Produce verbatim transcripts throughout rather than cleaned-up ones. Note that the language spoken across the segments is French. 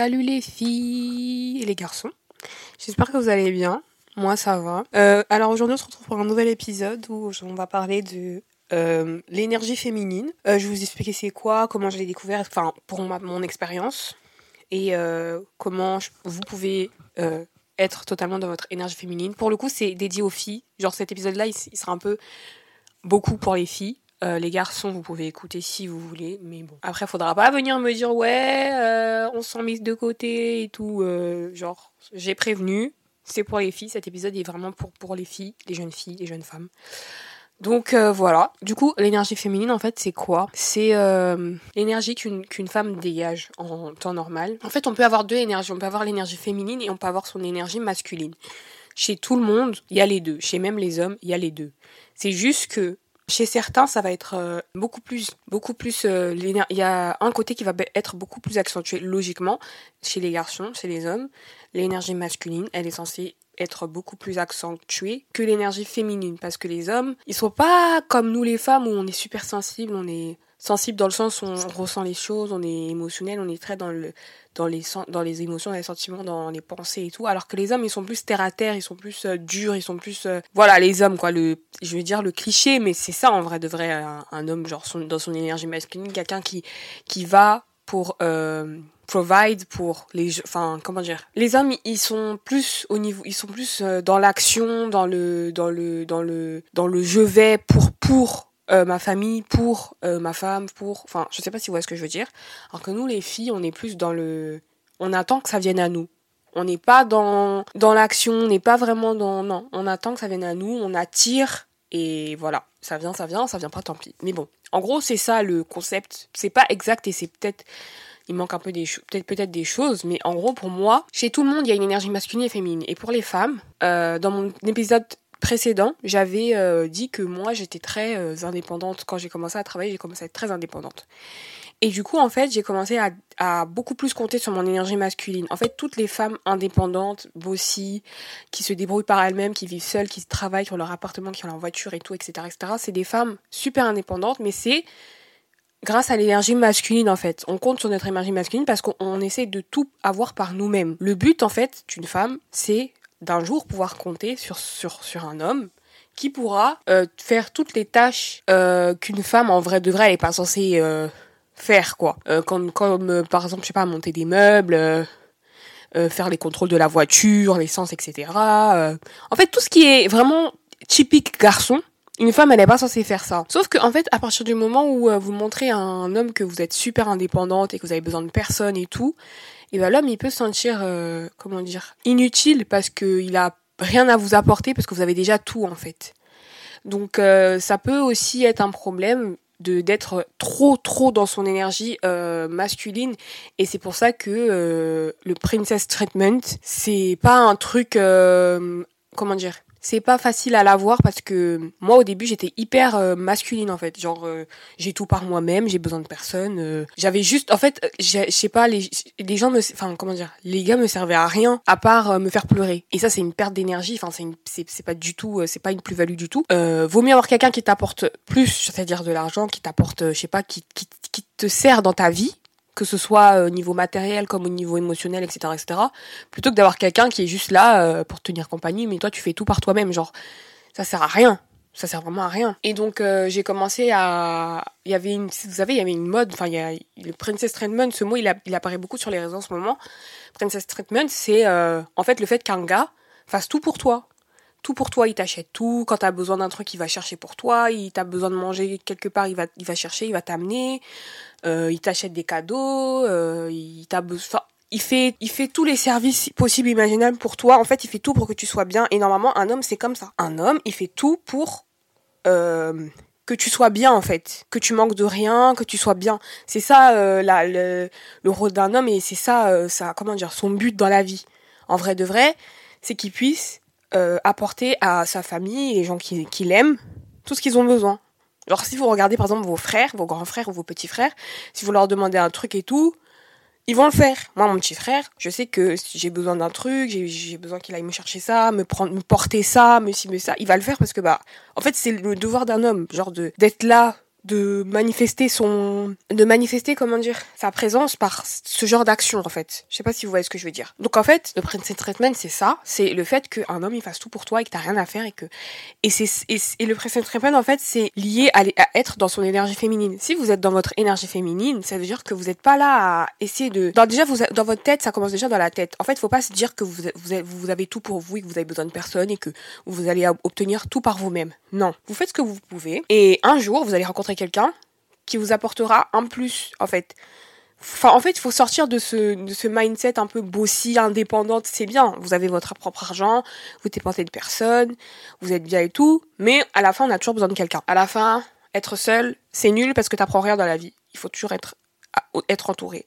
Salut les filles et les garçons, j'espère que vous allez bien, moi ça va. Euh, alors aujourd'hui on se retrouve pour un nouvel épisode où on va parler de euh, l'énergie féminine. Euh, je vais vous expliquer c'est quoi, comment je l'ai découvert, enfin pour ma, mon expérience et euh, comment je, vous pouvez euh, être totalement dans votre énergie féminine. Pour le coup c'est dédié aux filles, genre cet épisode là il, il sera un peu beaucoup pour les filles. Euh, les garçons, vous pouvez écouter si vous voulez, mais bon. Après, faudra pas venir me dire ouais, euh, on s'en mise de côté et tout. Euh, genre, j'ai prévenu, c'est pour les filles. Cet épisode est vraiment pour pour les filles, les jeunes filles, les jeunes femmes. Donc euh, voilà. Du coup, l'énergie féminine, en fait, c'est quoi ? C'est euh, l'énergie qu'une qu'une femme dégage en temps normal. En fait, on peut avoir deux énergies. On peut avoir l'énergie féminine et on peut avoir son énergie masculine. Chez tout le monde, il y a les deux. Chez même les hommes, il y a les deux. C'est juste que chez certains, ça va être euh, beaucoup plus, beaucoup plus. Euh, il y a un côté qui va être beaucoup plus accentué logiquement chez les garçons, chez les hommes. L'énergie masculine, elle est censée être beaucoup plus accentuée que l'énergie féminine, parce que les hommes, ils sont pas comme nous les femmes où on est super sensible, on est sensible dans le sens où on ressent les choses, on est émotionnel, on est très dans le dans les dans les émotions, dans les sentiments, dans les pensées et tout, alors que les hommes ils sont plus terre à terre, ils sont plus euh, durs, ils sont plus euh, voilà les hommes quoi, le je veux dire le cliché, mais c'est ça en vrai de vrai un, un homme genre son, dans son énergie masculine, quelqu'un qui qui va pour euh, provide pour les enfin comment dire les hommes ils sont plus au niveau ils sont plus euh, dans l'action, dans le dans le dans le dans le je vais pour pour Euh, ma famille, pour euh, ma femme, pour... Enfin, je sais pas si vous voyez ce que je veux dire. Alors que nous, les filles, on est plus dans le... On attend que ça vienne à nous. On n'est pas dans, dans l'action, on n'est pas vraiment dans... Non, on attend que ça vienne à nous, on attire, et voilà. Ça vient, ça vient, ça vient pas, tant pis. Mais bon, en gros, c'est ça le concept. C'est pas exact et c'est peut-être... Il manque un peu des choses, peut-être, peut-être des choses, mais en gros, pour moi, chez tout le monde, il y a une énergie masculine et féminine. Et pour les femmes, euh, dans mon épisode précédent, j'avais euh, dit que moi j'étais très euh, indépendante. Quand j'ai commencé à travailler, j'ai commencé à être très indépendante. Et du coup, en fait, j'ai commencé à, à beaucoup plus compter sur mon énergie masculine. En fait, toutes les femmes indépendantes, bossy, qui se débrouillent par elles-mêmes, qui vivent seules, qui travaillent, qui ont leur appartement, qui ont leur voiture et tout, et cetera, et cetera, c'est des femmes super indépendantes, mais c'est grâce à l'énergie masculine, en fait. On compte sur notre énergie masculine parce qu'on on essaie de tout avoir par nous-mêmes. Le but, en fait, d'une femme, c'est d'un jour pouvoir compter sur, sur, sur un homme qui pourra euh, faire toutes les tâches euh, qu'une femme, en vrai de vrai, elle n'est pas censée euh, faire, quoi. Euh, comme, comme euh, par exemple, je sais pas, monter des meubles, euh, euh, faire les contrôles de la voiture, l'essence, et cetera. Euh, en fait, tout ce qui est vraiment typique garçon, une femme, elle n'est pas censée faire ça. Sauf que, en fait, à partir du moment où euh, vous montrez à un homme que vous êtes super indépendante et que vous avez besoin de personne et tout, et ben l'homme il peut se sentir euh, comment dire inutile parce que il a rien à vous apporter parce que vous avez déjà tout en fait. Donc euh, ça peut aussi être un problème de d'être trop trop dans son énergie euh, masculine, et c'est pour ça que euh, le princess treatment c'est pas un truc euh, comment dire c'est pas facile à l'avoir, parce que moi au début j'étais hyper euh, masculine en fait, genre euh, j'ai tout par moi-même, j'ai besoin de personne, euh, j'avais juste en fait je sais pas les les gens me enfin comment dire les gars me servaient à rien à part euh, me faire pleurer, et ça c'est une perte d'énergie, enfin c'est une c'est c'est pas du tout euh, c'est pas une plus-value du tout. Euh, vaut mieux avoir quelqu'un qui t'apporte plus, c'est-à-dire de l'argent, qui t'apporte euh, je sais pas qui qui qui te sert dans ta vie, que ce soit au niveau matériel comme au niveau émotionnel, et cetera, et cetera, plutôt que d'avoir quelqu'un qui est juste là euh, pour te tenir compagnie, mais toi tu fais tout par toi-même, genre ça sert à rien, ça sert vraiment à rien. Et donc euh, j'ai commencé à, il y avait une, vous savez, il y avait une mode, enfin il y a le princess treatment, ce mot il, a, il apparaît beaucoup sur les réseaux en ce moment. Princess treatment, c'est euh, en fait le fait qu'un gars fasse tout pour toi. Tout pour toi, il t'achète tout. Quand t'as besoin d'un truc, il va chercher pour toi. Il t'a besoin de manger quelque part, il va, il va chercher, il va t'amener. Euh, il t'achète des cadeaux. Euh, il t'a besoin. Enfin, il fait, il fait tous les services possibles, imaginables pour toi. En fait, il fait tout pour que tu sois bien. Et normalement, un homme, c'est comme ça. Un homme, il fait tout pour euh, que tu sois bien, en fait. Que tu manques de rien, que tu sois bien. C'est ça, euh, la, le, le rôle d'un homme, et c'est ça, euh, ça, comment dire, son but dans la vie. En vrai de vrai, c'est qu'il puisse Euh, apporter à sa famille et les gens qui, qui l'aiment tout ce qu'ils ont besoin. Genre si vous regardez par exemple vos frères, vos grands frères ou vos petits frères, si vous leur demandez un truc et tout, ils vont le faire. Moi mon petit frère, je sais que si j'ai besoin d'un truc, j'ai, j'ai besoin qu'il aille me chercher ça, me prendre, me porter ça, me ci, me ça, il va le faire parce que bah en fait c'est le devoir d'un homme, genre de d'être là de manifester son de manifester comment dire sa présence par ce genre d'action en fait. Je sais pas si vous voyez ce que je veux dire. Donc en fait, le princess treatment c'est ça, c'est le fait qu'un homme il fasse tout pour toi et que t'as rien à faire et que et c'est et, et le princess treatment en fait c'est lié à, à être dans son énergie féminine. Si vous êtes dans votre énergie féminine, ça veut dire que vous êtes pas là à essayer de dans, déjà vous dans votre tête, ça commence déjà dans la tête. En fait, faut pas se dire que vous vous avez, vous avez tout pour vous et que vous avez besoin de personne et que vous allez obtenir tout par vous-même. Non, vous faites ce que vous pouvez et un jour vous allez rencontrer quelqu'un qui vous apportera un plus, en fait. Enfin, en fait, il faut sortir de ce, de ce mindset un peu bossy, indépendante. C'est bien, vous avez votre propre argent, vous dépendez de personne, vous êtes bien et tout, mais à la fin, on a toujours besoin de quelqu'un. À la fin, être seul, c'est nul parce que t'apprends rien dans la vie. Il faut toujours être, être entouré.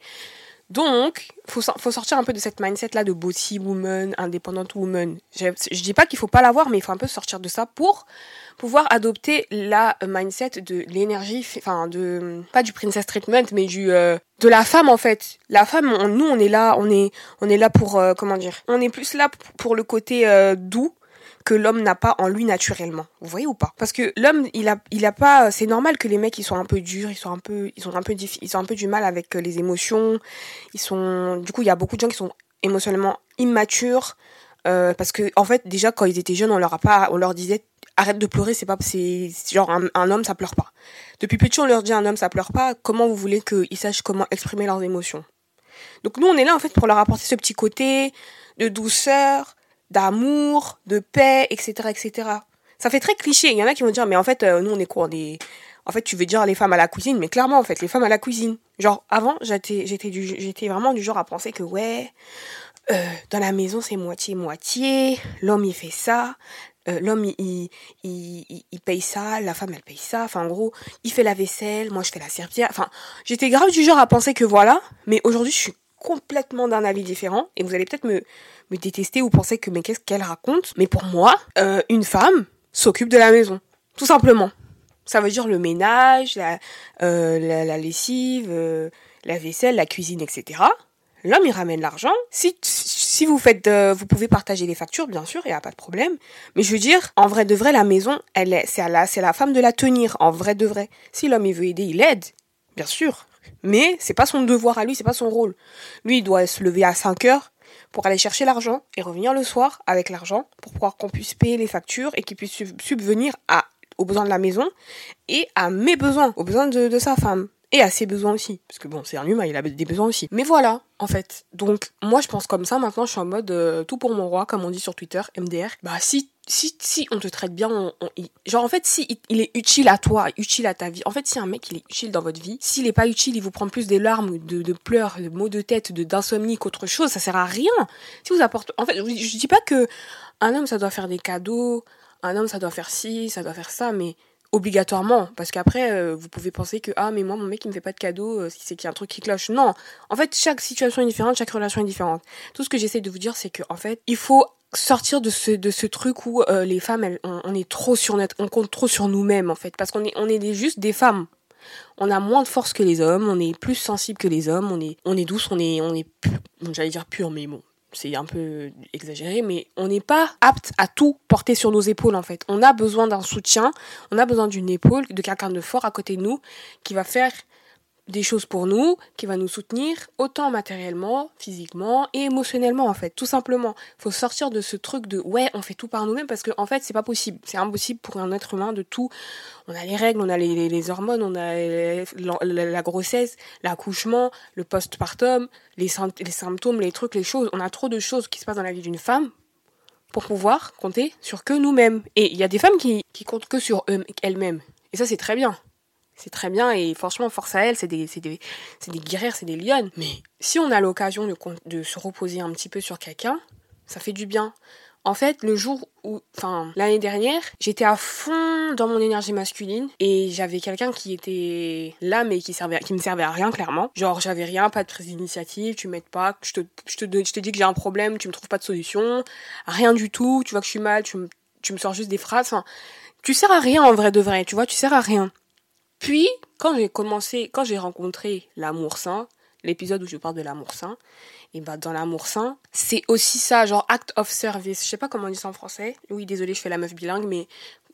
Donc, faut faut sortir un peu de cette mindset là de bossy woman, indépendante woman. Je, je dis pas qu'il faut pas l'avoir, mais il faut un peu sortir de ça pour pouvoir adopter la mindset de l'énergie, enfin de pas du princess treatment, mais du euh, de la femme en fait. La femme, on, nous on est là, on est on est là pour euh, comment dire, on est plus là pour le côté euh, doux que l'homme n'a pas en lui naturellement. Vous voyez ou pas? Parce que l'homme, il a, il a pas, c'est normal que les mecs, ils soient un peu durs, ils sont un peu, ils ont un peu, ils ont un peu du mal avec les émotions. Ils sont, du coup, il y a beaucoup de gens qui sont émotionnellement immatures, euh, parce que, en fait, déjà, quand ils étaient jeunes, on leur a pas, on leur disait, arrête de pleurer, c'est pas, c'est, genre, un, un homme, ça pleure pas. Depuis petit, on leur dit, un homme, ça pleure pas. Comment vous voulez qu'ils sachent comment exprimer leurs émotions? Donc, nous, on est là, en fait, pour leur apporter ce petit côté de douceur, d'amour, de paix, et cetera, et cetera. Ça fait très cliché. Il y en a qui vont dire, mais en fait, euh, nous, on est quoi? On est... En fait, tu veux dire les femmes à la cuisine, mais clairement, en fait, les femmes à la cuisine. Genre, avant, j'étais, j'étais, du, j'étais vraiment du genre à penser que, ouais, euh, dans la maison, c'est moitié-moitié, l'homme, il fait ça, euh, l'homme, il, il, il, il paye ça, la femme, elle paye ça. Enfin, en gros, il fait la vaisselle, moi, je fais la serpillière. Enfin, j'étais grave du genre à penser que voilà, mais aujourd'hui, je suis complètement d'un avis différent, et vous allez peut-être me me détester ou penser que mais qu'est-ce qu'elle raconte. Mais pour moi, euh, une femme s'occupe de la maison. Tout simplement. Ça veut dire le ménage, la, euh, la, la lessive, euh, la vaisselle, la cuisine, et cetera. L'homme, il ramène l'argent. Si, si vous faites, euh, vous pouvez partager les factures, bien sûr, il n'y a pas de problème. Mais je veux dire, en vrai de vrai, la maison, elle est, c'est, à la, c'est la femme de la tenir, en vrai de vrai. Si l'homme, il veut aider, il aide. Bien sûr. Mais c'est pas son devoir à lui, c'est pas son rôle. Lui, il doit se lever à cinq heures, pour aller chercher l'argent et revenir le soir avec l'argent pour pouvoir qu'on puisse payer les factures et qu'il puisse subvenir à, aux besoins de la maison et à mes besoins, aux besoins de, de sa femme. Et à ses besoins aussi. Parce que bon, c'est un humain, il a des besoins aussi. Mais voilà, en fait. Donc, moi, je pense comme ça. Maintenant, je suis en mode euh, tout pour mon roi, comme on dit sur Twitter, M D R. Bah, si, si, si on te traite bien, on, on, il... genre, en fait, si il, il est utile à toi, utile à ta vie. En fait, si un mec, il est utile dans votre vie, s'il est pas utile, il vous prend plus des larmes, de, de pleurs, de maux de tête, de, d'insomnie qu'autre chose, ça sert à rien. Si vous apporte, en fait, je, je dis pas que un homme, ça doit faire des cadeaux, un homme, ça doit faire ci, ça doit faire ça, mais obligatoirement, parce qu'après euh, vous pouvez penser que ah mais moi mon mec il me fait pas de cadeau, euh, c'est qu'il y a un truc qui cloche. Non, en fait chaque situation est différente, chaque relation est différente. Tout ce que j'essaie de vous dire c'est que en fait il faut sortir de ce de ce truc où euh, les femmes elles, on, on est trop sur notre, on compte trop sur nous-mêmes en fait, parce qu'on est on est des, juste des femmes. On a moins de force que les hommes, on est plus sensible que les hommes, on est on est douce, on est on est pu, j'allais dire pur mais bon. C'est un peu exagéré, mais on n'est pas apte à tout porter sur nos épaules, en fait. On a besoin d'un soutien, on a besoin d'une épaule, de quelqu'un de fort à côté de nous, qui va faire des choses pour nous, qui va nous soutenir, autant matériellement, physiquement et émotionnellement, en fait. Tout simplement. Faut sortir de ce truc de, ouais, on fait tout par nous-mêmes, parce que, en fait, c'est pas possible. C'est impossible pour un être humain de tout. On a les règles, on a les, les, les hormones, on a les, la, la, la grossesse, l'accouchement, le postpartum, les, les symptômes, les trucs, les choses. On a trop de choses qui se passent dans la vie d'une femme pour pouvoir compter sur que nous-mêmes. Et il y a des femmes qui, qui comptent que sur eux, elles-mêmes. Et ça, c'est très bien. C'est très bien et franchement, force à elles, c'est des, c'est des, c'est des guerrières, c'est des lionnes. Mais si on a l'occasion de, de se reposer un petit peu sur quelqu'un, ça fait du bien. En fait, le jour où, enfin, l'année dernière, j'étais à fond dans mon énergie masculine et j'avais quelqu'un qui était là mais qui servait, qui me servait à rien clairement. Genre, j'avais rien, pas de prise d'initiative, tu m'aides pas, je te, je te, je te dis que j'ai un problème, tu me trouves pas de solution, rien du tout, tu vois que je suis mal, tu me, tu me sors juste des phrases. Enfin, tu sers à rien en vrai de vrai, tu vois, tu sers à rien. Puis, quand j'ai commencé, quand j'ai rencontré l'amour sain, l'épisode où je parle de l'amour sain, et bah dans l'amour sain, c'est aussi ça, genre act of service. Je sais pas comment on dit ça en français. Oui, désolé, je fais la meuf bilingue, mais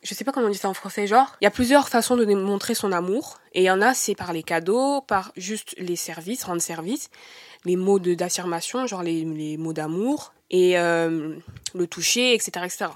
je sais pas comment on dit ça en français, genre, il y a plusieurs façons de montrer son amour, et il y en a, c'est par les cadeaux, par juste les services, rendre service, les mots de, d'affirmation, genre les, les mots d'amour, et euh, le toucher, et cetera, et cetera.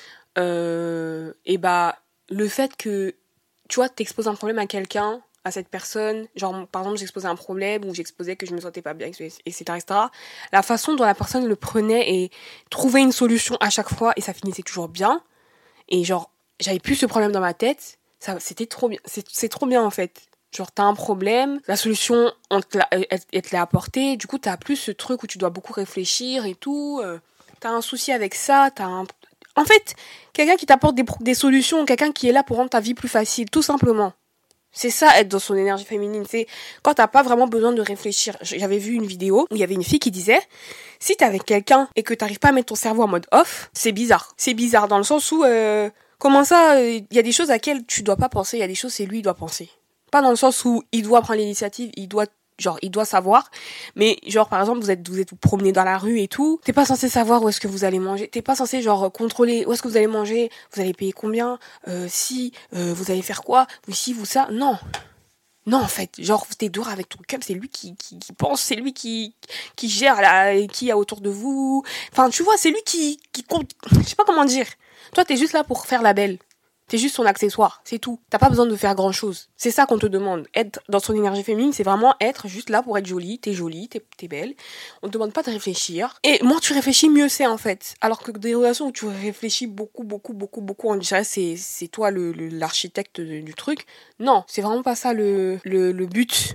Euh, et bah, le fait que, tu vois, t'exposes un problème à quelqu'un, à cette personne, genre, par exemple, j'exposais un problème, ou j'exposais que je me sentais pas bien, et cetera, et cetera. La façon dont la personne le prenait et trouvait une solution à chaque fois, et ça finissait toujours bien, et genre, j'avais plus ce problème dans ma tête, ça, c'était trop bien, c'est, c'est trop bien, en fait. Genre, t'as un problème, la solution, on te l'a, elle, elle te l'a apportée, du coup, t'as plus ce truc où tu dois beaucoup réfléchir et tout, euh, t'as un souci avec ça, t'as un... En fait, quelqu'un qui t'apporte des, des solutions, quelqu'un qui est là pour rendre ta vie plus facile, tout simplement. C'est ça, être dans son énergie féminine. C'est quand t'as pas vraiment besoin de réfléchir. J'avais vu une vidéo où il y avait une fille qui disait, si t'es avec quelqu'un et que t'arrives pas à mettre ton cerveau en mode off, c'est bizarre. C'est bizarre dans le sens où, euh, comment ça, il y a des choses à laquelle tu dois pas penser, il y a des choses c'est lui qui doit penser. Pas dans le sens où il doit prendre l'initiative, il doit genre il doit savoir, mais genre par exemple vous êtes vous êtes vous promenez dans la rue et tout, t'es pas censé savoir où est-ce que vous allez manger, t'es pas censé genre contrôler où est-ce que vous allez manger, vous allez payer combien, euh, si euh, vous allez faire quoi, vous si vous ça, non. Non, en fait, genre, t'es dehors avec ton cœur, c'est lui qui, qui, qui pense, c'est lui qui, qui gère la, qui y a autour de vous. Enfin, tu vois, c'est lui qui, qui compte, je sais pas comment dire. Toi, t'es juste là pour faire la belle. T'es juste son accessoire, c'est tout. T'as pas besoin de faire grand chose. C'est ça qu'on te demande. Être dans son énergie féminine, c'est vraiment être juste là pour être jolie. T'es jolie, t'es, t'es belle. On te demande pas de réfléchir. Et moins tu réfléchis, mieux c'est en fait. Alors que des relations où tu réfléchis beaucoup, beaucoup, beaucoup, beaucoup, on dirait c'est c'est toi le, le l'architecte de, du truc. Non, c'est vraiment pas ça le le, le but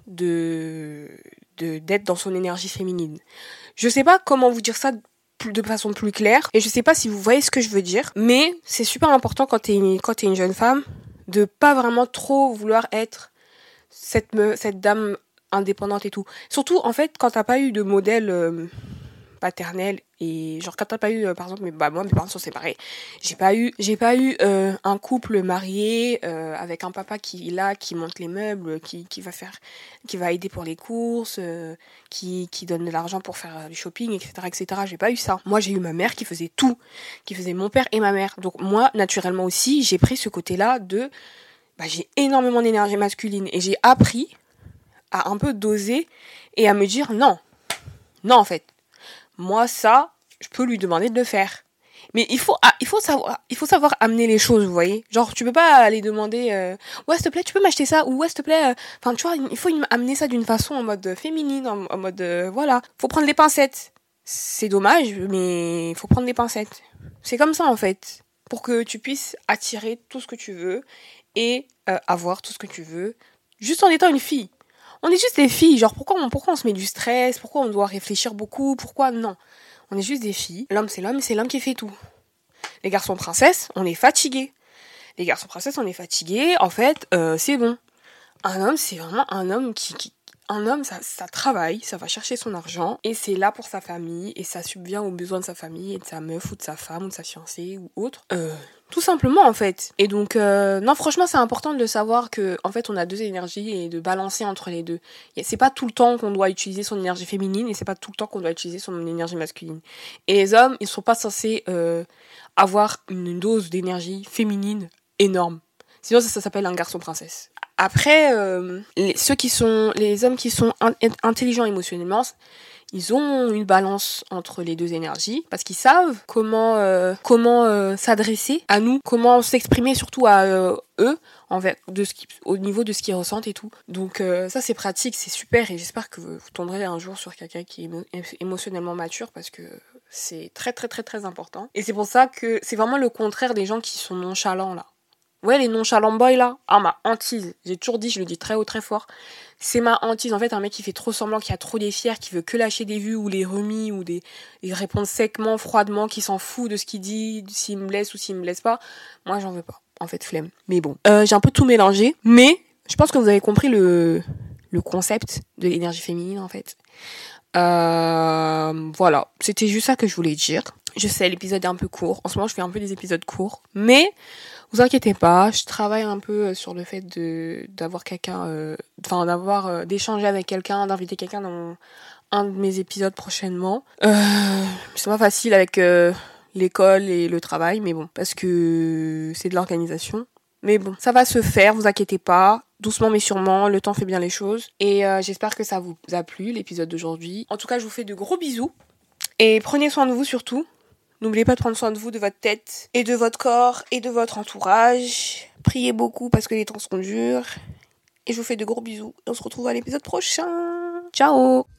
de de d'être dans son énergie féminine. Je sais pas comment vous dire ça de façon plus claire, et je sais pas si vous voyez ce que je veux dire, mais c'est super important quand t'es une, quand t'es une jeune femme de pas vraiment trop vouloir être cette me, cette dame indépendante et tout. Surtout en fait quand t'as pas eu de modèle euh, paternel, et genre quand t'as pas eu euh, par exemple mes, bah moi mes parents sont séparés, j'ai pas eu j'ai pas eu euh, un couple marié euh, avec un papa qui est là, qui monte les meubles, qui qui va faire qui va aider pour les courses, euh, qui qui donne de l'argent pour faire euh, du shopping, etc., etc. J'ai pas eu ça. Moi j'ai eu ma mère qui faisait tout, qui faisait mon père et ma mère. Donc moi naturellement aussi j'ai pris ce côté là de bah j'ai énormément d'énergie masculine, et j'ai appris à un peu doser et à me dire non non en fait moi, ça, je peux lui demander de le faire. Mais il faut, ah, il faut savoir, il faut savoir amener les choses, vous voyez. Genre, tu peux pas aller demander, euh, ouais, s'il te plaît, tu peux m'acheter ça, ou ouais, s'il te plaît, enfin, euh, tu vois, il faut amener ça d'une façon en mode féminine, en, en mode, euh, voilà. Faut prendre les pincettes. C'est dommage, mais il faut prendre les pincettes. C'est comme ça, en fait. Pour que tu puisses attirer tout ce que tu veux et euh, avoir tout ce que tu veux, juste en étant une fille. On est juste des filles, genre pourquoi on, pourquoi on se met du stress, pourquoi on doit réfléchir beaucoup, pourquoi non. On est juste des filles, l'homme c'est l'homme et c'est l'homme qui fait tout. Les garçons princesses, on est fatigués. Les garçons princesses, on est fatigués, en fait, euh, c'est bon. Un homme, c'est vraiment un homme qui... qui un homme, ça, ça travaille, ça va chercher son argent, et c'est là pour sa famille, et ça subvient aux besoins de sa famille, et de sa meuf, ou de sa femme, ou de sa fiancée, ou autre. Euh... Tout simplement, en fait. Et donc, euh, non, franchement, c'est important de savoir que, en fait, on a deux énergies et de balancer entre les deux. C'est pas tout le temps qu'on doit utiliser son énergie féminine, et c'est pas tout le temps qu'on doit utiliser son énergie masculine. Et les hommes, ils sont pas censés euh, avoir une dose d'énergie féminine énorme. Sinon, ça, ça s'appelle un garçon princesse. Après, euh, les, ceux qui sont, les hommes qui sont in- intelligents émotionnellement, ils ont une balance entre les deux énergies parce qu'ils savent comment euh, comment euh, s'adresser à nous, comment s'exprimer surtout à euh, eux envers de ce qui, au niveau de ce qu'ils ressentent et tout. Donc euh, ça c'est pratique, c'est super, et j'espère que vous tomberez un jour sur quelqu'un qui est émo- émotionnellement mature parce que c'est très très très très important. Et c'est pour ça que c'est vraiment le contraire des gens qui sont nonchalants là. Ouais, les nonchalants boys là, ah ma hantise, j'ai toujours dit, je le dis très haut très fort, c'est ma hantise. En fait, un mec qui fait trop semblant, qui a trop des fiers, qui veut que lâcher des vues ou les remis ou des et répondre secement, froidement, qui s'en fout de ce qu'il dit, s'il me blesse ou s'il me blesse pas, moi j'en veux pas. En fait, flemme. Mais bon, euh, j'ai un peu tout mélangé, mais je pense que vous avez compris le le concept de l'énergie féminine en fait. Euh, voilà, c'était juste ça que je voulais dire. Je sais, l'épisode est un peu court. En ce moment, je fais un peu des épisodes courts, mais vous inquiétez pas, je travaille un peu sur le fait de d'avoir quelqu'un, euh, enfin d'avoir euh, d'échanger avec quelqu'un, d'inviter quelqu'un dans mon, un de mes épisodes prochainement. Euh, c'est pas facile avec euh, l'école et le travail, mais bon, parce que c'est de l'organisation. Mais bon, ça va se faire, vous inquiétez pas. Doucement mais sûrement, le temps fait bien les choses. Et euh, j'espère que ça vous a plu, l'épisode d'aujourd'hui. En tout cas, je vous fais de gros bisous. Et prenez soin de vous surtout. N'oubliez pas de prendre soin de vous, de votre tête, et de votre corps, et de votre entourage. Priez beaucoup parce que les temps sont durs. Et je vous fais de gros bisous. Et on se retrouve à l'épisode prochain. Ciao!